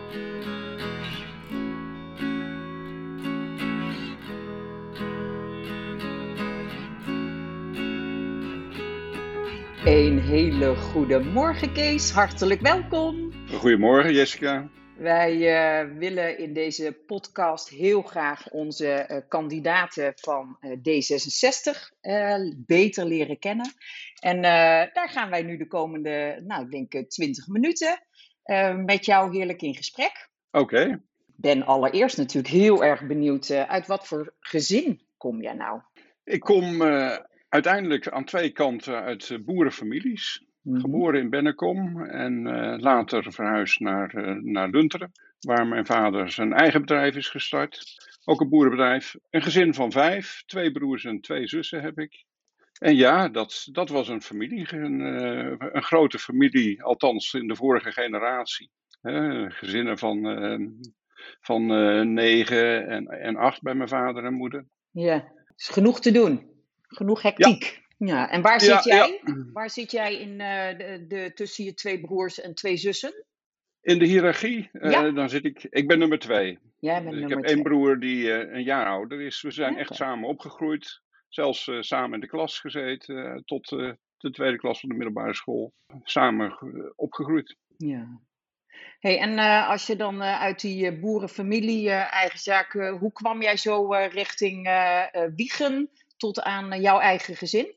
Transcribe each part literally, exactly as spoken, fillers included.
Een hele goede morgen, Kees. Hartelijk welkom. Goedemorgen, Jessica. Wij uh, willen in deze podcast heel graag onze uh, kandidaten van uh, D zesenzestig uh, beter leren kennen. En uh, daar gaan wij nu de komende, nou ik denk uh, twintig minuten uh, met jou heerlijk in gesprek. Oké. Okay. Ik ben allereerst natuurlijk heel erg benieuwd, uh, uit wat voor gezin kom jij nou? Ik kom uh, uiteindelijk aan twee kanten uit uh, boerenfamilies. Mm-hmm. Geboren in Bennekom en uh, later verhuisd naar, uh, naar Lunteren, waar mijn vader zijn eigen bedrijf is gestart. Ook een boerenbedrijf. Een gezin van vijf, twee broers en twee zussen heb ik. En ja, dat, dat was een familie, een, uh, een grote familie, althans in de vorige generatie. Uh, gezinnen van, uh, van uh, negen en, en acht bij mijn vader en moeder. Ja, is genoeg te doen. Genoeg hectiek. Ja. Ja, en waar zit ja, jij? Ja. Waar zit jij in uh, de, de, tussen je twee broers en twee zussen? In de hiërarchie, uh, ja. dan zit ik, ik ben nummer twee. Jij bent dus ik nummer heb twee. één broer die uh, een jaar ouder is. We zijn okay. echt samen opgegroeid. Zelfs uh, samen in de klas gezeten, uh, tot uh, de tweede klas van de middelbare school. Samen uh, opgegroeid. Ja. Hey, en uh, als je dan uh, uit die uh, boerenfamilie uh, eigen zaak, uh, hoe kwam jij zo uh, richting uh, uh, Wijchen tot aan uh, jouw eigen gezin?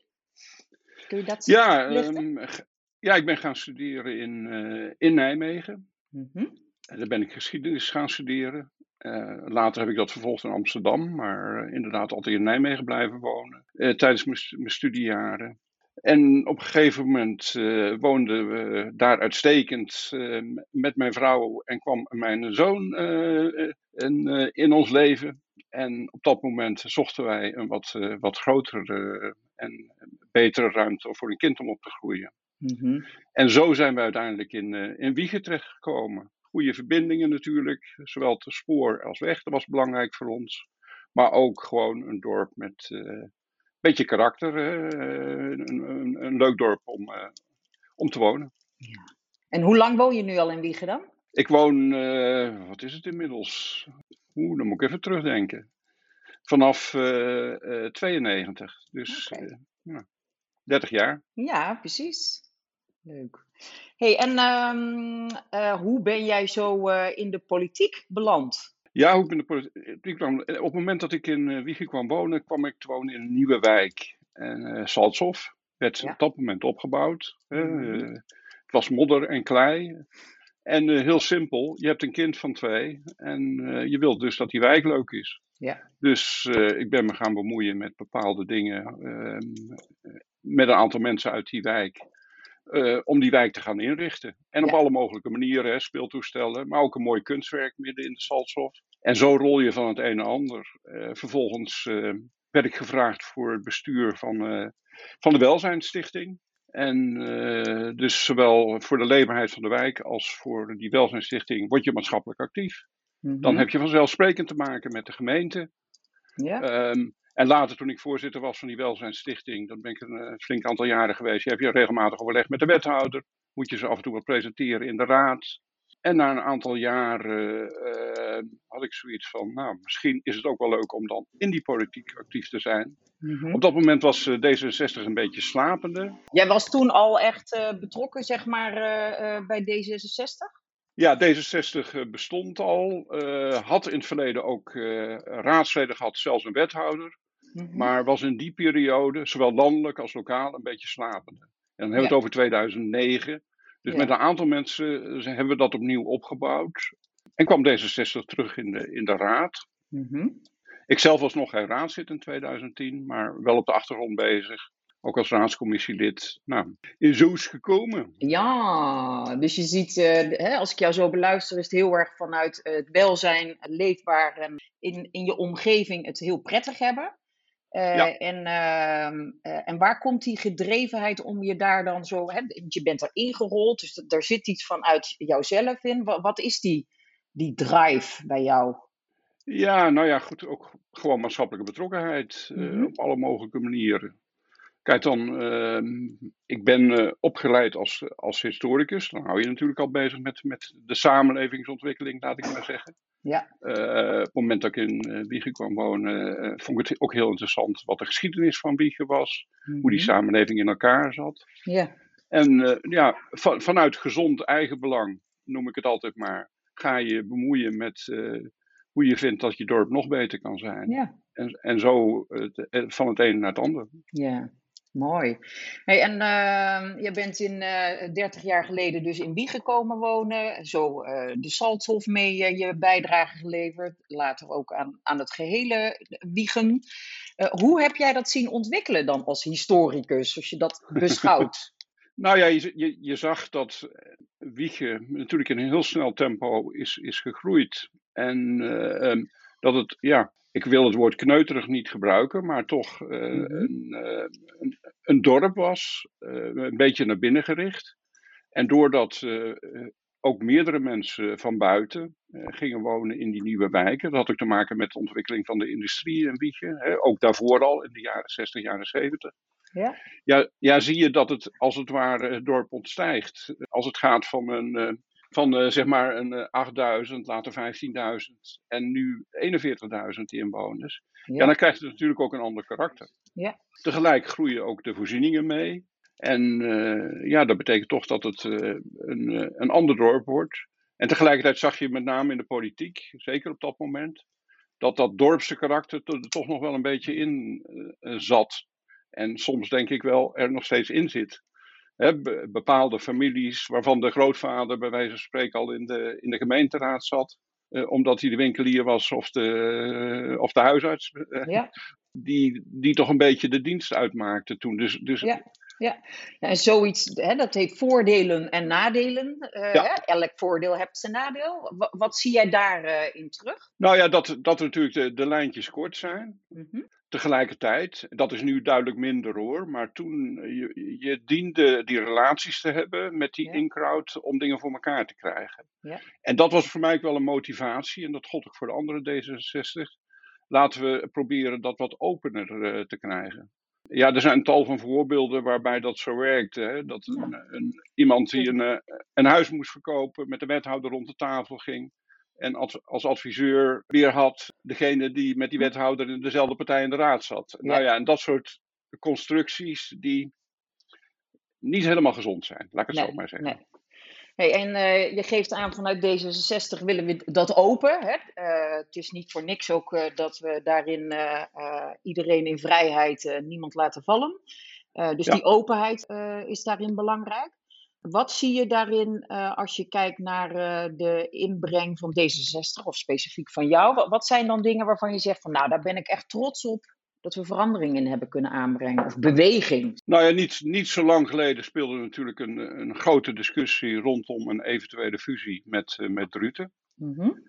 Kun je dat ja, um, ja, ik ben gaan studeren in, uh, in Nijmegen. Mm-hmm. En daar ben ik geschiedenis gaan studeren. Uh, later heb ik dat vervolgd in Amsterdam, maar uh, inderdaad altijd in Nijmegen blijven wonen. Uh, tijdens mijn studiejaren. En op een gegeven moment uh, woonden we daar uitstekend uh, met mijn vrouw en kwam mijn zoon uh, in, uh, in ons leven. En op dat moment zochten wij een wat, uh, wat grotere uh, en betere ruimte voor een kind om op te groeien. Mm-hmm. En zo zijn we uiteindelijk in, uh, in Wijchen terechtgekomen. Goede verbindingen natuurlijk, zowel te spoor als weg, dat was belangrijk voor ons. Maar ook gewoon een dorp met uh, een beetje karakter, uh, een, een, een leuk dorp om, uh, om te wonen. Ja. En hoe lang woon je nu al in Wijchen dan? Ik woon, uh, wat is het inmiddels? Oeh, dan moet ik even terugdenken. Vanaf uh, uh, tweeënnegentig, dus okay. uh, ja, dertig jaar. Ja, precies. Leuk. Hey, en um, uh, hoe ben jij zo uh, in de politiek beland? Ja, hoe ik in de politiek kwam. Op het moment dat ik in uh, Wijchen kwam wonen, kwam ik te wonen in een nieuwe wijk. En uh, Salzhof werd ja. op dat moment opgebouwd. Mm-hmm. Uh, het was modder en klei. En uh, heel simpel, je hebt een kind van twee en uh, je wilt dus dat die wijk leuk is. Ja. Dus uh, ik ben me gaan bemoeien met bepaalde dingen, uh, met een aantal mensen uit die wijk. Uh, om die wijk te gaan inrichten. En ja. op alle mogelijke manieren, hè, speeltoestellen, maar ook een mooi kunstwerk midden in de Salzhof. En zo rol je van het een naar ander. Uh, vervolgens uh, werd ik gevraagd voor het bestuur van, uh, van de Welzijnsstichting. En uh, dus zowel voor de leefbaarheid van de wijk als voor die Welzijnsstichting word je maatschappelijk actief. Mm-hmm. Dan heb je vanzelfsprekend te maken met de gemeente. Ja. Um, En later, toen ik voorzitter was van die Welzijnsstichting, dat ben ik een uh, flink aantal jaren geweest, heb je regelmatig overleg met de wethouder. Moet je ze af en toe wat presenteren in de raad. En na een aantal jaren uh, had ik zoiets van, nou, misschien is het ook wel leuk om dan in die politiek actief te zijn. Mm-hmm. Op dat moment was uh, D zesenzestig een beetje slapende. Jij was toen al echt uh, betrokken, zeg maar, uh, uh, bij D zesenzestig? Ja, D zesenzestig bestond al, uh, had in het verleden ook uh, raadsleden gehad, zelfs een wethouder. Mm-hmm. Maar was in die periode, zowel landelijk als lokaal, een beetje slapende. En dan hebben we ja. het over tweeduizend negen. Dus ja. met een aantal mensen hebben we dat opnieuw opgebouwd. En kwam D zesenzestig terug in de, in de raad. Mm-hmm. Ik zelf was nog geen raadslid in tweeduizend tien, maar wel op de achtergrond bezig. Ook als raadscommissielid. Nou, in zo is gekomen. Ja, dus je ziet, uh, hè, als ik jou zo beluister, is het heel erg vanuit uh, het welzijn, leefbaar en in, in je omgeving het heel prettig hebben. Uh, ja. en, uh, uh, en waar komt die gedrevenheid om je daar dan zo... Hè, je bent erin gerold, dus d- daar zit iets vanuit jouzelf in. Wat, wat is die, die drive bij jou? Ja, nou ja, goed, ook gewoon maatschappelijke betrokkenheid. Mm-hmm. Uh, op alle mogelijke manieren. Kijk dan, ehm, ik ben uh, opgeleid als, als historicus. Dan hou je natuurlijk al bezig met, met de samenlevingsontwikkeling, laat ik maar zeggen. Ja. Uh, op het moment dat ik in uh, Wijchen kwam wonen, uh, vond ik het ook heel interessant wat de geschiedenis van Wijchen was. Mm-hmm. Hoe die samenleving in elkaar zat. Ja. En uh, ja, van, vanuit gezond eigenbelang, noem ik het altijd maar, ga je bemoeien met uh, hoe je vindt dat je dorp nog beter kan zijn. Ja. En, en zo uh, van het ene naar het andere. Ja. Mooi. Hey, en uh, je bent in uh, dertig jaar geleden dus in Wijchen komen wonen. Zo uh, de Salthof mee uh, je bijdrage geleverd. Later ook aan, aan het gehele Wijchen. Uh, hoe heb jij dat zien ontwikkelen dan als historicus, als je dat beschouwt? Nou ja, je, je, je zag dat Wijchen natuurlijk in een heel snel tempo is, is gegroeid. En uh, um, dat het, ja, ik wil het woord kneuterig niet gebruiken, maar toch uh, mm-hmm. een, uh, een, een dorp was, uh, een beetje naar binnen gericht. En doordat uh, ook meerdere mensen van buiten uh, gingen wonen in die nieuwe wijken, dat had ook te maken met de ontwikkeling van de industrie in Wijchen, hè, ook daarvoor al in de jaren zestig, jaren zeventig. Ja. Ja, ja, zie je dat het als het ware het dorp ontstijgt. Als het gaat van een, uh, van, uh, zeg maar een uh, achtduizend, later vijftienduizend en nu eenenveertigduizend inwoners. Ja. ja, dan krijgt het natuurlijk ook een ander karakter. Ja. Tegelijk groeien ook de voorzieningen mee. En uh, ja, dat betekent toch dat het uh, een, uh, een ander dorp wordt. En tegelijkertijd zag je met name in de politiek, zeker op dat moment, dat dat dorpse karakter er toch nog wel een beetje in uh, zat. En soms denk ik wel er nog steeds in zit. He, be- bepaalde families waarvan de grootvader bij wijze van spreken al in de, in de gemeenteraad zat. Uh, omdat hij de winkelier was of de, uh, of de huisarts. Uh, Ja. die, die toch een beetje de dienst uitmaakte toen. Dus, dus... Ja. Ja, en zoiets, hè, dat heeft voordelen en nadelen. Uh, ja. hè? Elk voordeel heeft zijn nadeel. W- wat zie jij daarin uh, terug? Nou ja, dat, dat er natuurlijk de, de lijntjes kort zijn. Mm-hmm. Tegelijkertijd, dat is nu duidelijk minder hoor, maar toen je, je diende die relaties te hebben met die ja. in-crowd om dingen voor elkaar te krijgen. Ja. En dat was voor mij ook wel een motivatie en dat gold ook voor de andere D zesenzestig. Laten we proberen dat wat opener uh, te krijgen. Ja, er zijn een tal van voorbeelden waarbij dat zo werkt. Hè? Dat een, ja. een, iemand die een, een huis moest verkopen met de wethouder rond de tafel ging. En als, als adviseur weer had degene die met die wethouder in dezelfde partij in de raad zat. Ja. Nou ja, en dat soort constructies die niet helemaal gezond zijn, laat ik het nee, zo maar zeggen. Nee. Hey, en uh, je geeft aan vanuit D zesenzestig willen we dat open. Hè? Uh, het is niet voor niks ook uh, dat we daarin uh, uh, iedereen in vrijheid uh, niemand laten vallen. Uh, dus ja. Die openheid uh, is daarin belangrijk. Wat zie je daarin uh, als je kijkt naar uh, de inbreng van D zesenzestig of specifiek van jou? Wat, wat zijn dan dingen waarvan je zegt van nou, daar ben ik echt trots op dat we verandering in hebben kunnen aanbrengen of beweging? Nou ja, niet, niet zo lang geleden speelde natuurlijk een, een grote discussie rondom een eventuele fusie met, uh, met Druten. Mm-hmm.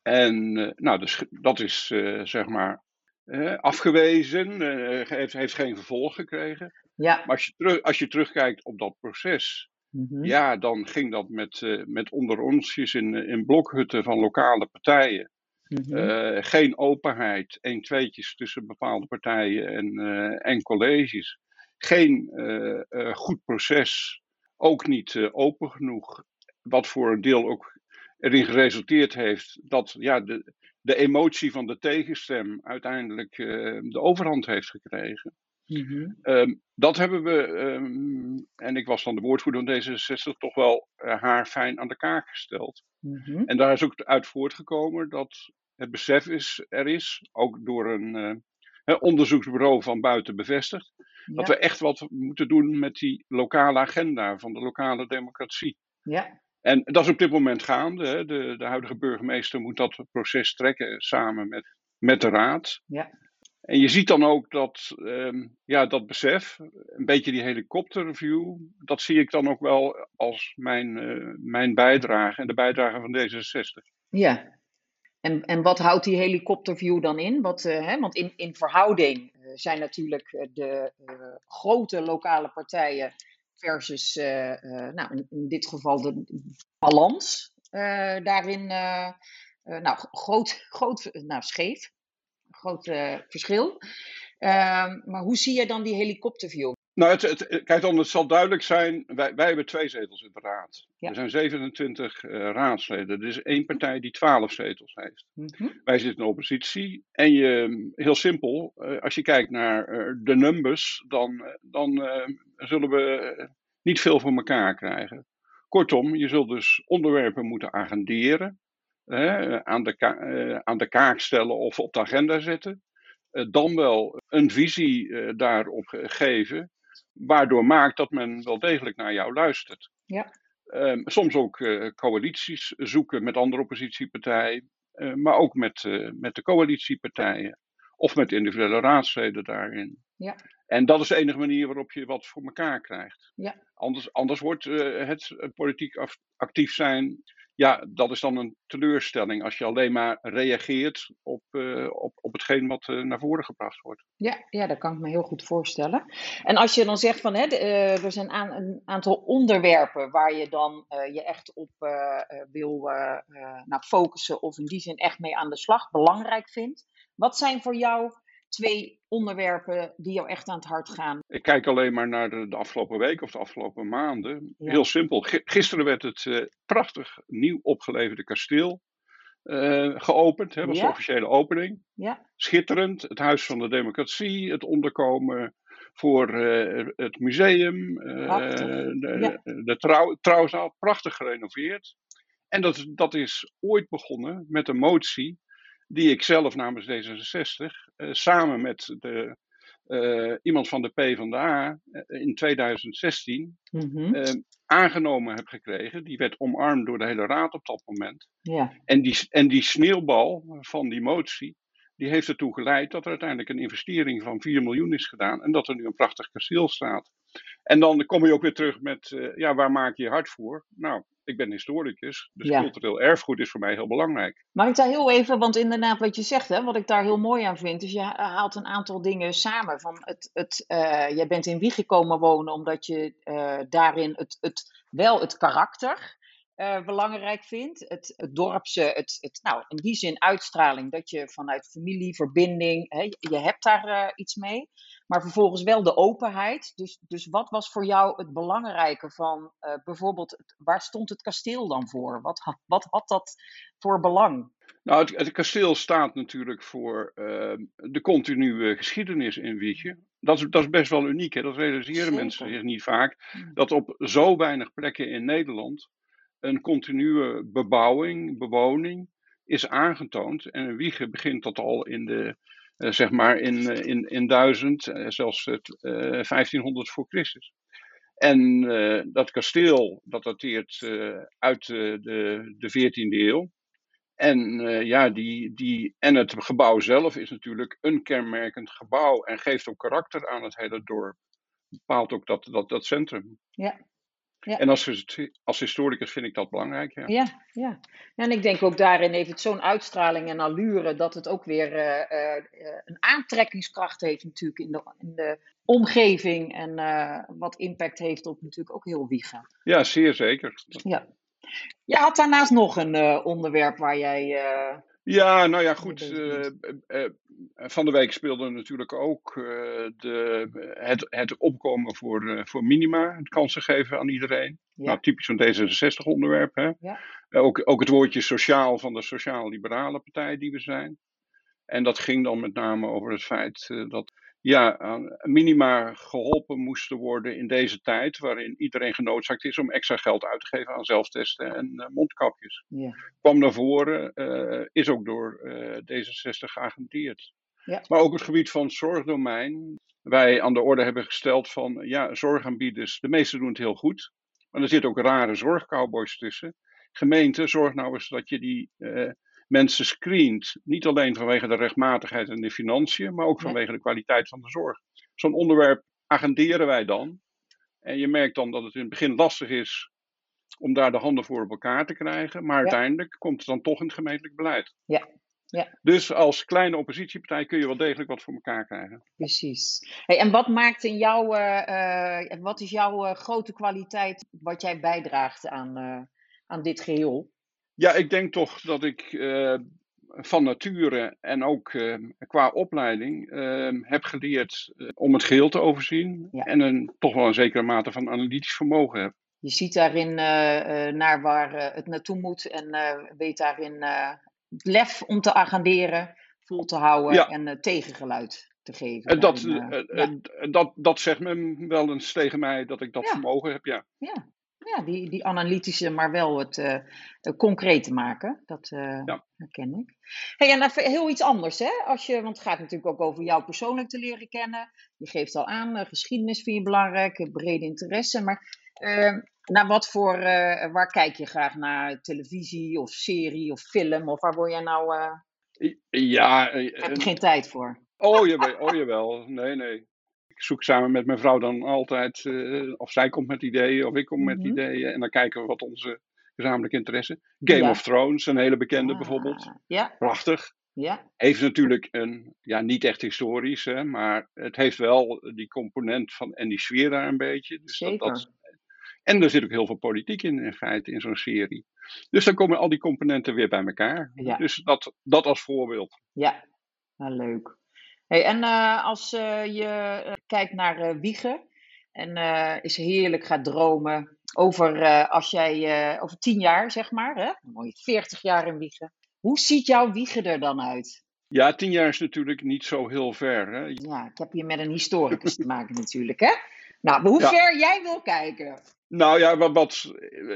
En uh, nou, dus, dat is uh, zeg maar uh, afgewezen, uh, heeft, heeft geen vervolg gekregen. Ja. Maar als je, terug, als je terugkijkt op dat proces, mm-hmm. ja, dan ging dat met, uh, met onder onsjes in, in blokhutten van lokale partijen. Mm-hmm. Uh, geen openheid, één tweetjes tussen bepaalde partijen en, uh, en colleges. Geen uh, uh, goed proces, ook niet uh, open genoeg. Wat voor een deel ook erin geresulteerd heeft dat ja, de, de emotie van de tegenstem uiteindelijk uh, de overhand heeft gekregen. Mm-hmm. Um, dat hebben we, um, en ik was dan de woordvoerder van D zesenzestig, toch wel uh, haarfijn aan de kaak gesteld. Mm-hmm. En daar is ook uit voortgekomen dat het besef is, er is, ook door een uh, onderzoeksbureau van buiten bevestigd, ja. dat we echt wat moeten doen met die lokale agenda van de lokale democratie. Ja. En dat is op dit moment gaande. Hè. De, de huidige burgemeester moet dat proces trekken samen met, met de raad. Ja. En je ziet dan ook dat, um, ja, dat besef, een beetje die helikopterview, dat zie ik dan ook wel als mijn, uh, mijn bijdrage en de bijdrage van D zesenzestig. Ja. En, en wat houdt die helikopterview dan in? Wat, uh, hè, want in, in verhouding uh, zijn natuurlijk de uh, grote lokale partijen versus, uh, uh, nou, in, in dit geval de balans uh, daarin, uh, uh, nou, groot, groot, nou, scheef, groot uh, verschil. Uh, maar hoe zie je dan die helikopterview? Nou, het, het, kijk dan, het zal duidelijk zijn, wij, wij hebben twee zetels in de raad. Ja. Er zijn zevenentwintig uh, raadsleden. Er is één partij die twaalf zetels heeft. Mm-hmm. Wij zitten in oppositie. En je, heel simpel, uh, als je kijkt naar uh, de numbers, dan, dan uh, zullen we uh, niet veel voor elkaar krijgen. Kortom, je zult dus onderwerpen moeten agenderen, uh, aan, de ka- uh, aan de kaak stellen of op de agenda zetten. Uh, dan wel een visie uh, daarop geven, waardoor maakt dat men wel degelijk naar jou luistert. Ja. Um, soms ook uh, coalities zoeken met andere oppositiepartijen, uh, maar ook met, uh, met de coalitiepartijen of met individuele raadsleden daarin. Ja. En dat is de enige manier waarop je wat voor elkaar krijgt. Ja. Anders, anders wordt uh, het uh, politiek af, actief zijn, ja, dat is dan een teleurstelling als je alleen maar reageert op, uh, op, op hetgeen wat uh, naar voren gebracht wordt. Ja, ja, dat kan ik me heel goed voorstellen. En als je dan zegt van, hè, de, uh, er zijn aan, een aantal onderwerpen waar je dan uh, je echt op uh, uh, wil uh, uh, nou, focussen of in die zin echt mee aan de slag, belangrijk vindt. Wat zijn voor jou twee onderwerpen die jou echt aan het hart gaan? Ik kijk alleen maar naar de, de afgelopen week of de afgelopen maanden. Ja. Heel simpel. G- gisteren werd het uh, prachtig nieuw opgeleverde kasteel uh, geopend. Hè, was Ja. de officiële opening. Ja. Schitterend. Het Huis van de Democratie. Het onderkomen voor uh, het museum. Uh, de, ja. de trouw, trouwzaal. Prachtig gerenoveerd. En dat, dat is ooit begonnen met een motie die ik zelf namens D zesenzestig uh, samen met de Uh, iemand van de PvdA uh, in tweeduizend zestien Mm-hmm. uh, aangenomen heb gekregen. Die werd omarmd door de hele raad op dat moment. Ja. En, die, en die sneeuwbal van die motie, die heeft ertoe geleid dat er uiteindelijk een investering van vier miljoen is gedaan. En dat er nu een prachtig kasteel staat. En dan kom je ook weer terug met, uh, ja, waar maak je je hart voor? Nou, ik ben historicus, dus Ja. cultureel erfgoed is voor mij heel belangrijk. Mag ik daar heel even, want inderdaad wat je zegt, hè, wat ik daar heel mooi aan vind, is je haalt een aantal dingen samen. Van het, het, uh, jij bent in Wijchen komen wonen omdat je uh, daarin het, het, wel het karakter uh, belangrijk vindt. Het, het dorpse, het, het, nou, in die zin uitstraling, dat je vanuit familie, verbinding, hè, je hebt daar uh, iets mee. Maar vervolgens wel de openheid. Dus, dus wat was voor jou het belangrijke van uh, bijvoorbeeld, het, waar stond het kasteel dan voor? Wat, wat had dat voor belang? Nou, het, het kasteel staat natuurlijk voor uh, de continue geschiedenis in Wijchen. Dat is, dat is best wel uniek, hè? Dat realiseren Zeker. mensen zich niet vaak. Dat op zo weinig plekken in Nederland een continue bebouwing, bewoning is aangetoond. En in Wijchen begint dat al in de, uh, zeg maar in, uh, in, in duizend, uh, zelfs uh, vijftienhonderd voor Christus. En uh, dat kasteel, dat dateert uh, uit uh, de, de veertiende eeuw. En, uh, ja, die, die, en het gebouw zelf is natuurlijk een kenmerkend gebouw en geeft ook karakter aan het hele dorp. Bepaalt ook dat, dat, dat centrum. Ja. Ja. En als, als historicus vind ik dat belangrijk. Ja. Ja, ja. En ik denk ook daarin heeft het zo'n uitstraling en allure dat het ook weer uh, uh, een aantrekkingskracht heeft natuurlijk in de, in de omgeving en uh, wat impact heeft op natuurlijk ook heel Wijchen. Ja, zeer zeker. Ja. Je had daarnaast nog een uh, onderwerp waar jij... Uh, Ja, nou ja, goed. Uh, uh, van de week speelde natuurlijk ook uh, de, het, het opkomen voor, uh, voor minima, het kansen geven aan iedereen. Ja. Nou, typisch zo'n D zesenzestig onderwerp. Hè? Ja. Uh, ook, ook het woordje sociaal van de sociaal-liberale partij die we zijn. En dat ging dan met name over het feit uh, dat ja, aan minima geholpen moesten worden in deze tijd, waarin iedereen genoodzaakt is om extra geld uit te geven aan zelftesten en uh, mondkapjes. Ja. Kwam naar voren, uh, is ook door uh, D zesenzestig geagendeerd. Ja. Maar ook het gebied van het zorgdomein. Wij aan de orde hebben gesteld van, ja, zorgaanbieders, de meesten doen het heel goed. Maar er zitten ook rare zorgcowboys tussen. Gemeente, zorg nou eens dat je die uh, mensen screent. Niet alleen vanwege de rechtmatigheid en de financiën, maar ook vanwege de kwaliteit van de zorg. Zo'n onderwerp agenderen wij dan. En je merkt dan dat het in het begin lastig is om daar de handen voor op elkaar te krijgen. Maar ja. uiteindelijk komt het dan toch in het gemeentelijk beleid. Ja. Ja. Dus als kleine oppositiepartij kun je wel degelijk wat voor elkaar krijgen. Precies. Hey, en wat maakt in jou, uh, uh, wat is jouw uh, grote kwaliteit wat jij bijdraagt aan, uh, aan dit geheel? Ja, ik denk toch dat ik uh, van nature en ook uh, qua opleiding uh, heb geleerd uh, om het geheel te overzien. Ja. En een, toch wel een zekere mate van analytisch vermogen heb. Je ziet daarin uh, uh, naar waar uh, het naartoe moet en uh, weet daarin uh, het lef om te agenderen, vol te houden Ja. en uh, tegengeluid te geven. En dat, daarin, uh, uh, ja. uh, dat, dat zegt men wel eens tegen mij dat ik dat ja. vermogen heb, ja. Ja, ja die, die analytische, maar wel het uh, concreet te maken. Dat uh, ja. herken ik. Hey, en even heel iets anders, hè? Als je, want het gaat natuurlijk ook over jou persoonlijk te leren kennen. Je geeft al aan, uh, geschiedenis vind je belangrijk, brede interesse. Maar uh, naar wat voor, uh, waar kijk je graag naar? Televisie of serie of film? Of waar word jij nou... Uh... Ja. Uh, heb je geen tijd voor? Oh jawel, oh jawel, nee, nee. Ik zoek samen met mijn vrouw dan altijd, uh, of zij komt met ideeën, of ik kom mm-hmm. met ideeën. En dan kijken we wat onze gezamenlijke interesse. Game ja. of Thrones, een hele bekende ah, bijvoorbeeld. Ja. Prachtig. Ja. Heeft natuurlijk een, ja, niet echt historisch, hè, maar het heeft wel die component van, en die sfeer daar een beetje. Dus Zeker. Dat, dat, en er zit ook heel veel politiek in, in feite, in zo'n serie. Dus dan komen al die componenten weer bij elkaar. Ja. Dus dat, dat als voorbeeld. Ja, nou, leuk. Hey, en uh, als uh, je uh, kijkt naar uh, Wiegen en uh, is heerlijk gaat dromen over uh, als jij uh, over tien jaar, zeg maar, hè? Mooi veertig jaar in Wiegen. Hoe ziet jouw Wiegen er dan uit? Ja, tien jaar is natuurlijk niet zo heel ver. Hè? Ja, ik heb hier met een historicus te maken natuurlijk, hè? Nou, hoe ja. ver jij wil kijken? Nou ja, wat, wat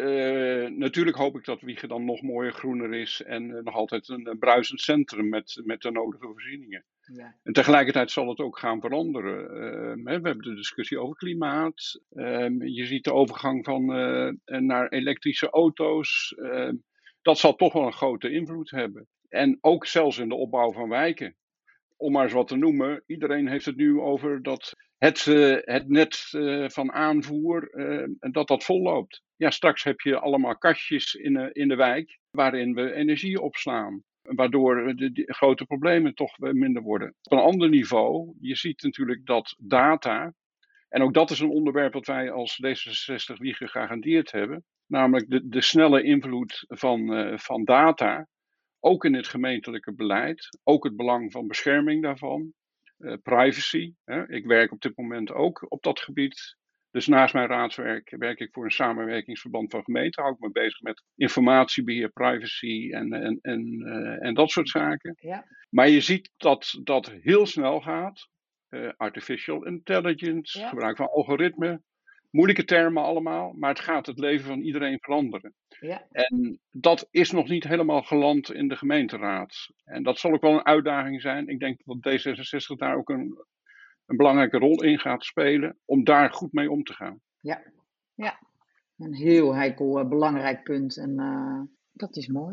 uh, natuurlijk hoop ik dat Wiegen dan nog mooier, groener is en uh, nog altijd een, een bruisend centrum met, met de nodige voorzieningen. Ja. En tegelijkertijd zal het ook gaan veranderen. Uh, we hebben de discussie over klimaat. Uh, je ziet de overgang van, uh, naar elektrische auto's. Uh, dat zal toch wel een grote invloed hebben. En ook zelfs in de opbouw van wijken. Om maar eens wat te noemen, iedereen heeft het nu over dat het, uh, het net uh, van aanvoer, uh, dat dat volloopt. Ja, straks heb je allemaal kastjes in, uh, in de wijk waarin we energie opslaan. Waardoor de, de grote problemen toch minder worden. Op een ander niveau, je ziet natuurlijk dat data, en ook dat is een onderwerp wat wij als D zesenzestig Wiegen gegarandeerd hebben, namelijk de, de snelle invloed van, uh, van data, ook in het gemeentelijke beleid, ook het belang van bescherming daarvan, uh, privacy. Hè. Ik werk op dit moment ook op dat gebied. Dus naast mijn raadswerk werk ik voor een samenwerkingsverband van gemeenten. Hou ik me bezig met informatiebeheer, privacy en, en, en, uh, en dat soort zaken. Ja. Maar je ziet dat dat heel snel gaat. Uh, artificial intelligence, ja. Gebruik van algoritmen. Moeilijke termen allemaal, maar het gaat het leven van iedereen veranderen. Ja. En dat is nog niet helemaal geland in de gemeenteraad. En dat zal ook wel een uitdaging zijn. Ik denk dat D zesenzestig daar ook een, een belangrijke rol in gaat spelen om daar goed mee om te gaan. Ja, ja. Een heel heikel, uh, belangrijk punt en uh, dat is mooi.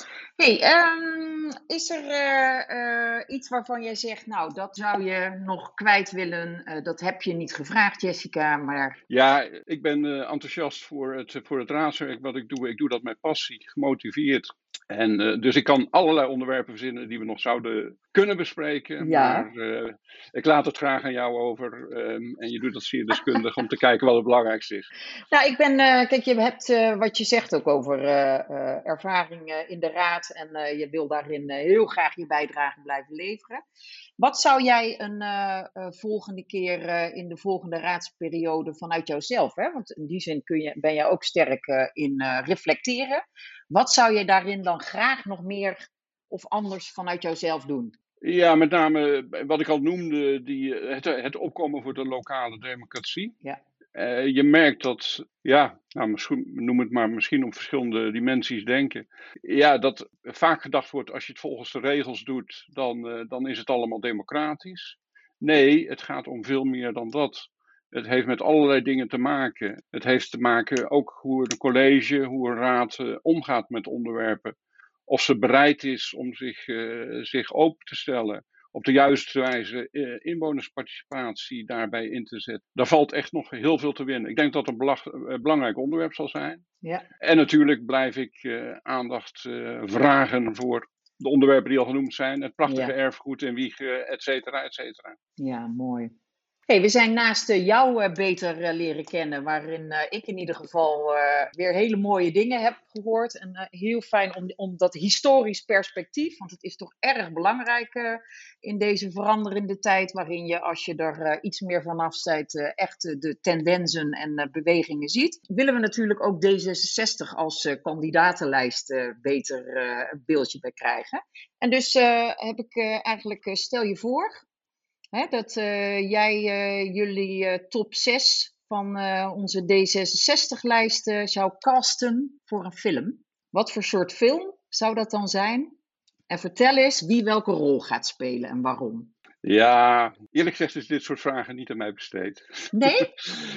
Hey, um, is er uh, uh, iets waarvan jij zegt, nou, dat zou je nog kwijt willen? Uh, dat heb je niet gevraagd, Jessica, maar... Ja, ik ben uh, enthousiast voor het, voor het raadswerk wat ik doe. Ik doe dat met passie, gemotiveerd. En uh, dus ik kan allerlei onderwerpen verzinnen die we nog zouden kunnen bespreken. Ja. Maar uh, ik laat het graag aan jou over. Um, en je doet dat zeer deskundig om te kijken wat het belangrijkste is. Nou, ik ben, uh, kijk, je hebt uh, wat je zegt ook over uh, uh, ervaringen in de raad. En uh, je wil daarin uh, heel graag je bijdrage blijven leveren. Wat zou jij een uh, uh, volgende keer uh, in de volgende raadsperiode vanuit jouzelf, hè? Want in die zin kun je, ben je ook sterk uh, in uh, reflecteren. Wat zou je daarin dan graag nog meer of anders vanuit jouzelf doen? Ja, met name wat ik al noemde, die, het, het opkomen voor de lokale democratie. Ja. Uh, je merkt dat, ja, nou, misschien, noem het maar misschien op verschillende dimensies denken. Ja, dat vaak gedacht wordt, als je het volgens de regels doet, dan, uh, dan is het allemaal democratisch. Nee, het gaat om veel meer dan dat. Het heeft met allerlei dingen te maken. Het heeft te maken ook hoe een college, hoe een raad uh, omgaat met onderwerpen. Of ze bereid is om zich, uh, zich open te stellen. Op de juiste wijze uh, inwonersparticipatie daarbij in te zetten. Daar valt echt nog heel veel te winnen. Ik denk dat het een belag, uh, belangrijk onderwerp zal zijn. Ja. En natuurlijk blijf ik uh, aandacht uh, vragen voor de onderwerpen die al genoemd zijn. Het prachtige ja. erfgoed in Wiegen, et cetera, et cetera. Ja, mooi. Hey, we zijn naast uh, jou uh, beter uh, leren kennen, waarin uh, ik in ieder geval uh, weer hele mooie dingen heb gehoord. En uh, heel fijn om, om dat historisch perspectief, want het is toch erg belangrijk uh, in deze veranderende tijd, waarin je, als je er uh, iets meer vanaf zijt, uh, echt uh, de tendensen en uh, bewegingen ziet. Willen we natuurlijk ook D zesenzestig als uh, kandidatenlijst uh, beter uh, een beeldje bij krijgen. En dus uh, heb ik uh, eigenlijk, uh, stel je voor... Hè, dat uh, jij uh, jullie uh, top zes van uh, onze D zesenzestig-lijst uh, zou casten voor een film. Wat voor soort film zou dat dan zijn? En vertel eens wie welke rol gaat spelen en waarom. Ja, eerlijk gezegd is dit soort vragen niet aan mij besteed. Nee?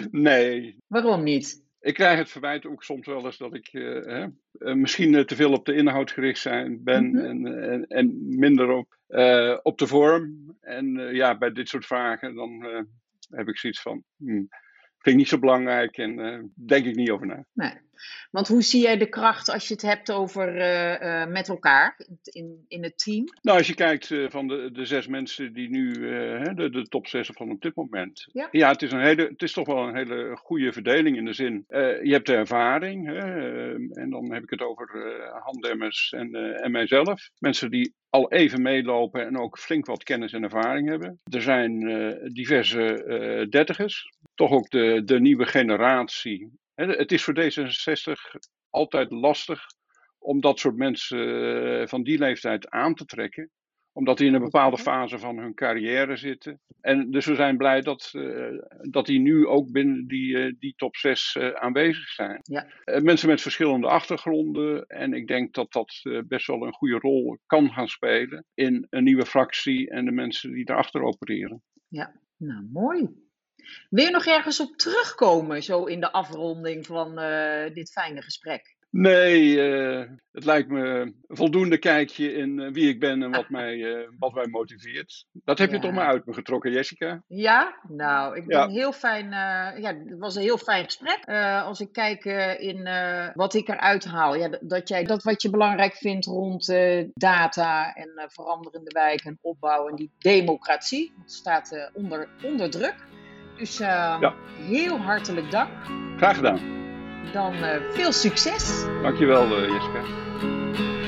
Nee. Waarom niet? Ik krijg het verwijt ook soms wel eens dat ik uh, hè, uh, misschien uh, te veel op de inhoud gericht zijn ben mm-hmm. en, en, en minder op, uh, op de vorm. En uh, ja, bij dit soort vragen dan uh, heb ik zoiets van, hmm, vind ik niet zo belangrijk en uh, denk ik niet over na. Nee. Want hoe zie jij de kracht als je het hebt over uh, uh, met elkaar in, in het team? Nou, als je kijkt uh, van de, de zes mensen die nu, uh, de, de top zes van op dit moment. Ja, ja het, is een hele, het is toch wel een hele goede verdeling in de zin. Uh, je hebt de ervaring, hè, uh, en dan heb ik het over uh, Han Demmers en, uh, en mijzelf. Mensen die al even meelopen en ook flink wat kennis en ervaring hebben. Er zijn uh, diverse uh, dertigers, toch ook de, de nieuwe generatie. Het is voor D zesenzestig altijd lastig om dat soort mensen van die leeftijd aan te trekken. Omdat die in een bepaalde fase van hun carrière zitten. En dus we zijn blij dat, uh, dat die nu ook binnen die, uh, die top zes uh, aanwezig zijn. Ja. Uh, mensen met verschillende achtergronden. En ik denk dat dat uh, best wel een goede rol kan gaan spelen in een nieuwe fractie en de mensen die daarachter opereren. Ja, nou mooi. Wil je nog ergens op terugkomen, zo in de afronding van uh, dit fijne gesprek? Nee, uh, het lijkt me een voldoende kijkje in uh, wie ik ben en wat mij, uh, wat mij motiveert. Dat heb ja. je toch maar uit me getrokken, Jessica? Ja, nou, ik ben ja. heel fijn. Uh, ja, het was een heel fijn gesprek. Uh, als ik kijk uh, in uh, wat ik eruit haal, ja, dat jij dat wat je belangrijk vindt rond uh, data en uh, veranderende wijken en opbouw en die democratie, dat staat uh, onder, onder druk. Dus uh, ja. heel hartelijk dank. Graag gedaan. Dan uh, veel succes. Dankjewel, uh, Jessica.